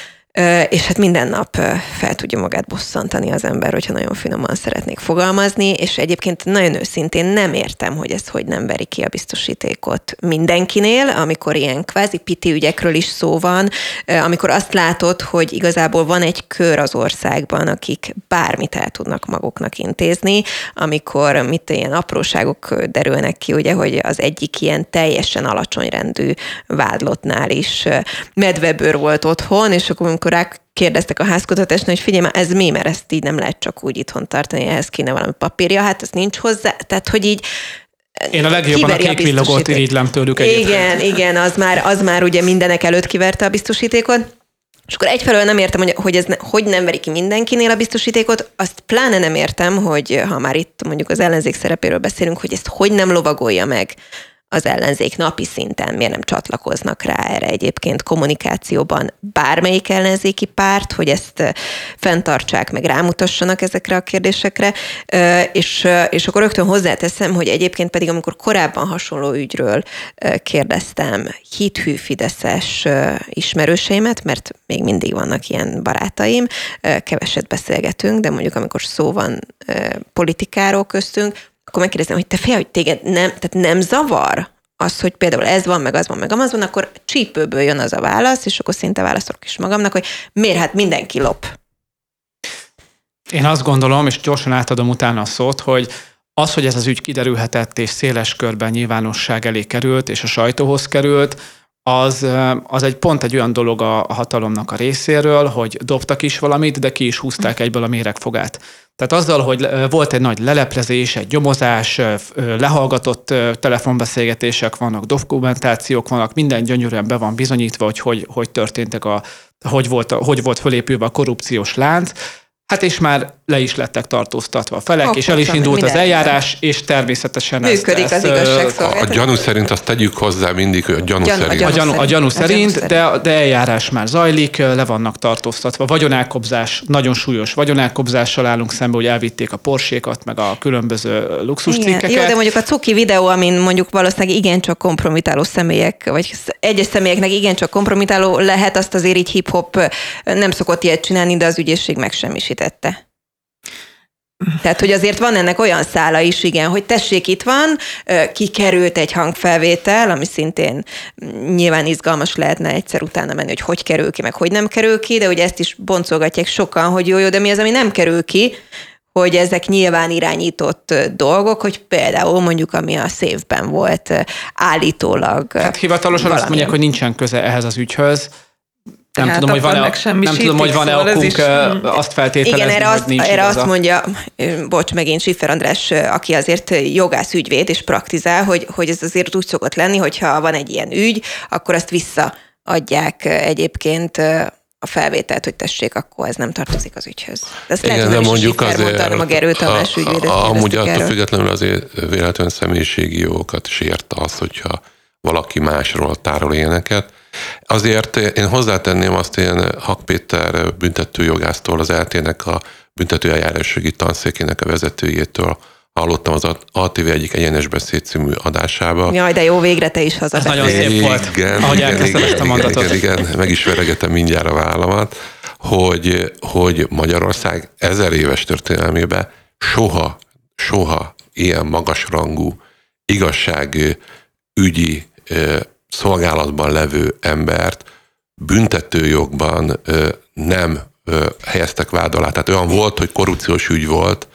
És hát minden nap fel tudja magát bosszantani az ember, hogyha nagyon finoman szeretnék fogalmazni, és egyébként nagyon őszintén nem értem, hogy ez hogy nem veri ki a biztosítékot mindenkinél, amikor ilyen kvázi piti ügyekről is szó van, amikor azt látod, hogy igazából van egy kör az országban, akik bármit el tudnak maguknak intézni, amikor mit ilyen apróságok derülnek ki, ugye, hogy az egyik ilyen teljesen alacsony rendű vádlottnál is medvebőr volt otthon, és akkor amikor kérdeztek a házkutatásnál, hogy figyelj már, ez mi, mert ezt így nem lehet csak úgy itthon tartani, ehhez kéne valami papírja, hát ez nincs hozzá, tehát hogy így én a legjobban a kék villogót irigylem tőlük egyébként. Igen, igen, az már, az már ugye mindenek előtt kiverte a biztosítékot. És akkor egyfelől nem értem, hogy, hogy ez ne, hogy nem veri ki mindenkinél a biztosítékot, azt pláne nem értem, hogy ha már itt mondjuk az ellenzék szerepéről beszélünk, hogy ezt hogy nem lovagolja meg az ellenzék napi szinten, miért nem csatlakoznak rá erre egyébként kommunikációban bármelyik ellenzéki párt, hogy ezt fenntartsák, meg rámutassanak ezekre a kérdésekre, és, és akkor rögtön hozzáteszem, hogy egyébként pedig amikor korábban hasonló ügyről kérdeztem hithű fideszes ismerőseimet, mert még mindig vannak ilyen barátaim, keveset beszélgetünk, de mondjuk amikor szó van politikáról köztünk, akkor megkérdezem, hogy te fél, hogy téged nem, tehát nem zavar az, hogy például ez van, meg az van, meg az van, akkor csípőből jön az a válasz, és akkor szinte válaszolok is magamnak, hogy miért, hát mindenki lop. Én azt gondolom, és gyorsan átadom utána a szót, hogy az, hogy ez az ügy kiderülhetett, és széles körben nyilvánosság elé került, és a sajtóhoz került, az, az egy pont egy olyan dolog a hatalomnak a részéről, hogy dobtak is valamit, de ki is húzták egyből a méregfogát. Tehát azzal, hogy volt egy nagy leleplezés, egy nyomozás, lehallgatott telefonbeszélgetések vannak, dokumentációk vannak, minden gyönyörűen be van bizonyítva, hogy hogy, hogy történtek a, hogy volt, hogy volt fölépülve a korrupciós lánc. Hát és már le is lettek tartóztatva a felek, oh, és el is indult az eljárás, és természetesen működik ezt, az igazságszolgáltatás. A gyanú szerint azt tegyük hozzá mindig, hogy a gyanú gyanú, szerint. A gyanú, a gyanú szerint, szerint. de, de eljárás már zajlik, le vannak tartóztatva. Vagyonelkobzás, nagyon súlyos vagyonelkobzással állunk szembe, hogy elvitték a Porsékat, meg a különböző luxuscikkeket. Jó, de mondjuk a cuki videó, amin mondjuk valószínűleg igencsak kompromitáló személyek, vagy egyes személyeknek igencsak kompromitáló lehet, azt azért így hip-hop nem szokott ilyet csinálni, de az ügyészség megsemmisítette. Tehát, hogy azért van ennek olyan szála is, igen, hogy tessék, itt van, kikerült egy hangfelvétel, ami szintén nyilván izgalmas lehetne egyszer utána menni, hogy hogy kerül ki, meg hogy nem kerül ki, de hogy ezt is boncolgatják sokan, hogy jó, jó, de mi az, ami nem kerül ki, hogy ezek nyilván irányított dolgok, hogy például mondjuk, ami a szévben volt állítólag. Hát hivatalosan valami. Azt mondják, hogy nincsen köze ehhez az ügyhöz. Nem hát tudom, hogy van-e, nem tudom, hogy van-e szóval okunk is... azt feltételezni, igen, erre hogy azt, nincs erre igaza. azt mondja, bocs, megint Schiffer András, aki azért jogász ügyvéd és praktizál, hogy, hogy ez azért úgy szokott lenni, hogyha van egy ilyen ügy, akkor azt visszaadják egyébként a felvételt, hogy tessék, akkor ez nem tartozik az ügyhöz. De ezt igen, lehet, de hogy mondjuk Schiffer azért, mondta, hanem a Gerő Tamás ügyvédet. Amúgy attól erről. függetlenül azért véletlen személyiségi jogokat is ért az, hogyha valaki másról tárol ilyeneket. Azért én hozzátenném azt, én Hak Péter büntetőjogásztól, az é el té-nek a büntetőeljárásjogi tanszékének a vezetőjétől hallottam az á té vé egyik Egyenes Beszéd című adásába. Jaj, de jó, végre te is haza. Ez nagyon szép volt, igen, ahogy igen, elkezdtem igen, ezt a igen, mondatot. igen, igen, meg is veregetem mindjárt a vállamat, hogy, hogy Magyarország ezer éves történelmében soha, soha ilyen magasrangú igazságügyi szolgálatban levő embert büntetőjogban nem helyeztek vád alá. Tehát olyan volt, hogy korrupciós ügy volt,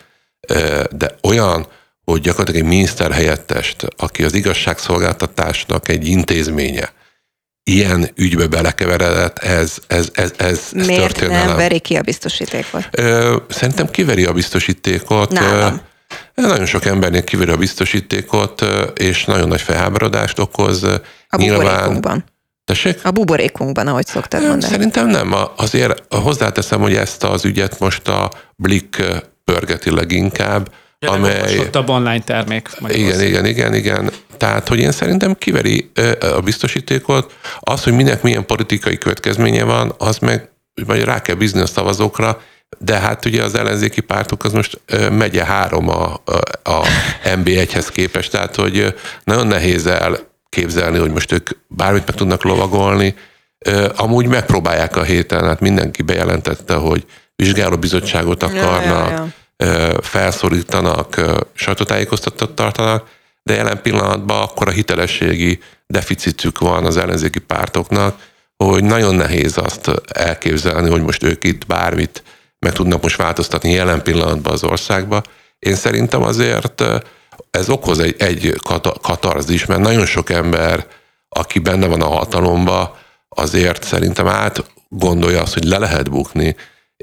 de olyan, hogy gyakorlatilag egy miniszterhelyettest, aki az igazságszolgáltatásnak egy intézménye, ilyen ügybe belekeveredett, ez, ez, ez, ez, ez miért történelem. nem veri ki a biztosítékot? Szerintem kiveri a biztosítékot. Nálam. Nagyon sok embernél kiveri a biztosítékot, és nagyon nagy felháborodást okoz. A buborékunkban. Tessék? A buborékunkban, ahogy szoktad mondani. Szerintem nem. Azért hozzáteszem, hogy ezt az ügyet most a Blick pörgeti leginkább, ja, amely... Ott a online termék. Igen, igen, igen, igen. Tehát, hogy én szerintem kiveri a biztosítékot. Az, hogy minek milyen politikai következménye van, az meg vagy rá kell bízni a szavazókra, de hát ugye az ellenzéki pártok az most megye három a, a, a em bé egyhez képest, tehát hogy nagyon nehéz elképzelni, hogy most ők bármit meg tudnak lovagolni. Amúgy megpróbálják a héten, hát mindenki bejelentette, hogy vizsgálóbizottságot akarnak, ja, ja, ja. felszorítanak, sajtótájékoztatót tartanak, de jelen pillanatban akkora hitelességi deficitük van az ellenzéki pártoknak, hogy nagyon nehéz azt elképzelni, hogy most ők itt bármit meg tudnak most változtatni jelen pillanatban az országba. Én szerintem azért ez okoz egy, egy katarzis, mert nagyon sok ember, aki benne van a hatalomba, azért szerintem átgondolja azt, hogy le lehet bukni,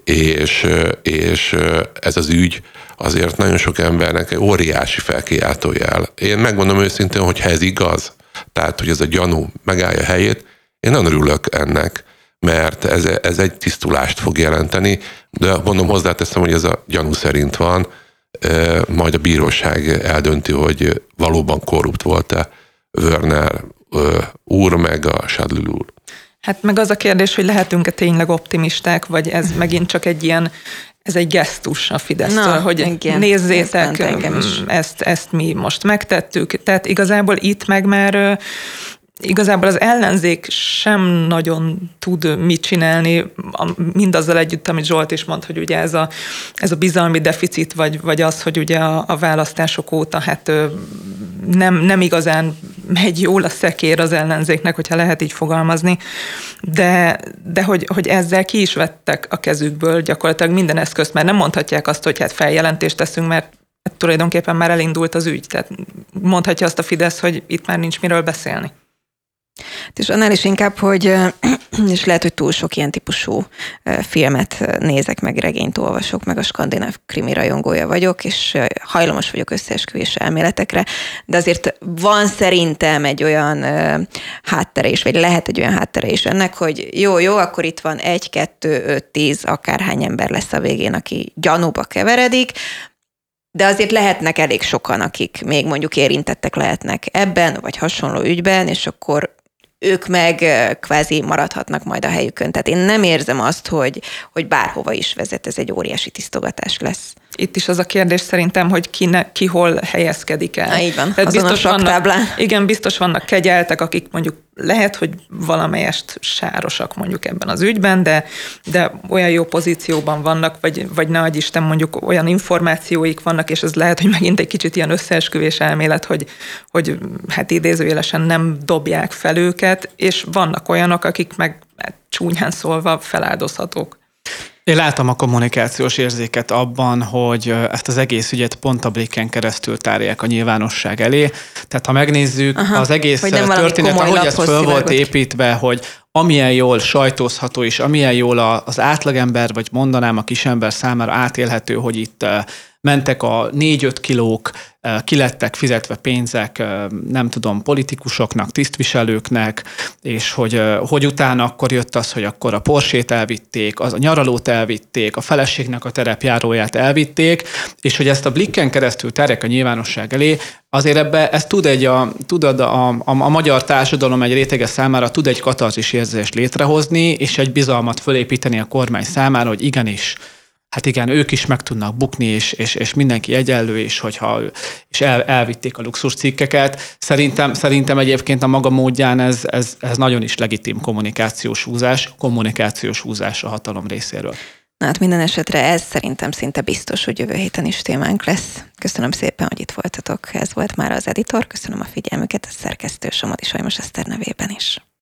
és, és ez az ügy azért nagyon sok embernek egy óriási felkiáltójel. Én megmondom őszintén, hogy ha ez igaz, tehát hogy ez a gyanú megállja a helyét, én nagyon örülök ennek, mert ez, ez egy tisztulást fog jelenteni, de mondom, hozzáteszem, hogy ez a gyanú szerint van, majd a bíróság eldönti, hogy valóban korrupt volt-e Wörner úr, meg a Schadl úr. Hát meg az a kérdés, hogy lehetünk-e tényleg optimisták, vagy ez megint csak egy ilyen, ez egy gesztus a Fidesztől, hogy igen, nézzétek, ezt, ezt mi most megtettük. Tehát igazából itt meg már igazából az ellenzék sem nagyon tud mit csinálni, mindazzal együtt, amit Zsolt is mond, hogy ugye ez a, ez a bizalmi deficit, vagy, vagy az, hogy ugye a, a választások óta hát nem, nem igazán megy jól a szekér az ellenzéknek, hogyha lehet így fogalmazni, de, de hogy, hogy ezzel ki is vettek a kezükből gyakorlatilag minden eszközt, mert nem mondhatják azt, hogy hát feljelentést teszünk, mert tulajdonképpen már elindult az ügy, tehát mondhatja azt a Fidesz, hogy itt már nincs miről beszélni. És annál is inkább, hogy és lehet, hogy túl sok ilyen típusú filmet nézek, meg regényt olvasok, meg a skandináv krimi rajongója vagyok, és hajlamos vagyok összeesküvés elméletekre, de azért van szerintem egy olyan háttere is, vagy lehet egy olyan háttere is ennek, hogy jó, jó, akkor itt van egy, kettő, öt, tíz, akárhány ember lesz a végén, aki gyanúba keveredik, de azért lehetnek elég sokan, akik még mondjuk érintettek lehetnek ebben, vagy hasonló ügyben, és akkor ők meg kvázi maradhatnak majd a helyükön. Tehát én nem érzem azt, hogy, hogy bárhova is vezet, ez egy óriási tisztogatás lesz. Itt is az a kérdés szerintem, hogy ki, ne, ki hol helyezkedik el. Na, így van, Tehát azon biztos a vannak, táblán. igen, biztos vannak kegyeltek, akik mondjuk lehet, hogy valamelyest sárosak mondjuk ebben az ügyben, de, de olyan jó pozícióban vannak, vagy, vagy ne adj Isten, mondjuk olyan információik vannak, és ez lehet, hogy megint egy kicsit ilyen összeesküvés elmélet, hogy, hogy hát idézőjelesen nem dobják fel őket, és vannak olyanok, akik meg hát, csúnyán szólva feláldozhatók. Én látom a kommunikációs érzéket abban, hogy ezt az egész ügyet pont a Blicken keresztül tárják a nyilvánosság elé. Tehát ha megnézzük, Aha, az egész történet, ahogy ez föl volt építve, hogy amilyen jól sajtózható és amilyen jól az átlagember, vagy mondanám a kisember számára átélhető, hogy itt mentek a négy-öt kilók, ki lettek fizetve pénzek, nem tudom, politikusoknak, tisztviselőknek, és hogy, hogy utána akkor jött az, hogy akkor a Porsét elvitték, az a nyaralót elvitték, a feleségnek a terepjáróját elvitték, és hogy ezt a Blicken keresztül tárják a nyilvánosság elé, azért ebbe ez tud egy, a, tudod, a, a, a magyar társadalom egy rétege számára tud egy katarzis érzést létrehozni, és egy bizalmat fölépíteni a kormány számára, hogy igenis, hát igen, ők is meg tudnak bukni, és, és, és mindenki egyenlő, és hogyha és el, elvitték a luxus cikkeket. Szerintem, szerintem egyébként a maga módján ez, ez, ez nagyon is legitim kommunikációs húzás, kommunikációs húzás a hatalom részéről. Na hát minden esetre ez szerintem szinte biztos, hogy jövő héten is témánk lesz. Köszönöm szépen, hogy itt voltatok. Ez volt már az Editor. Köszönöm a figyelmüket, a szerkesztő Somodi Sajmos Eszter nevében is.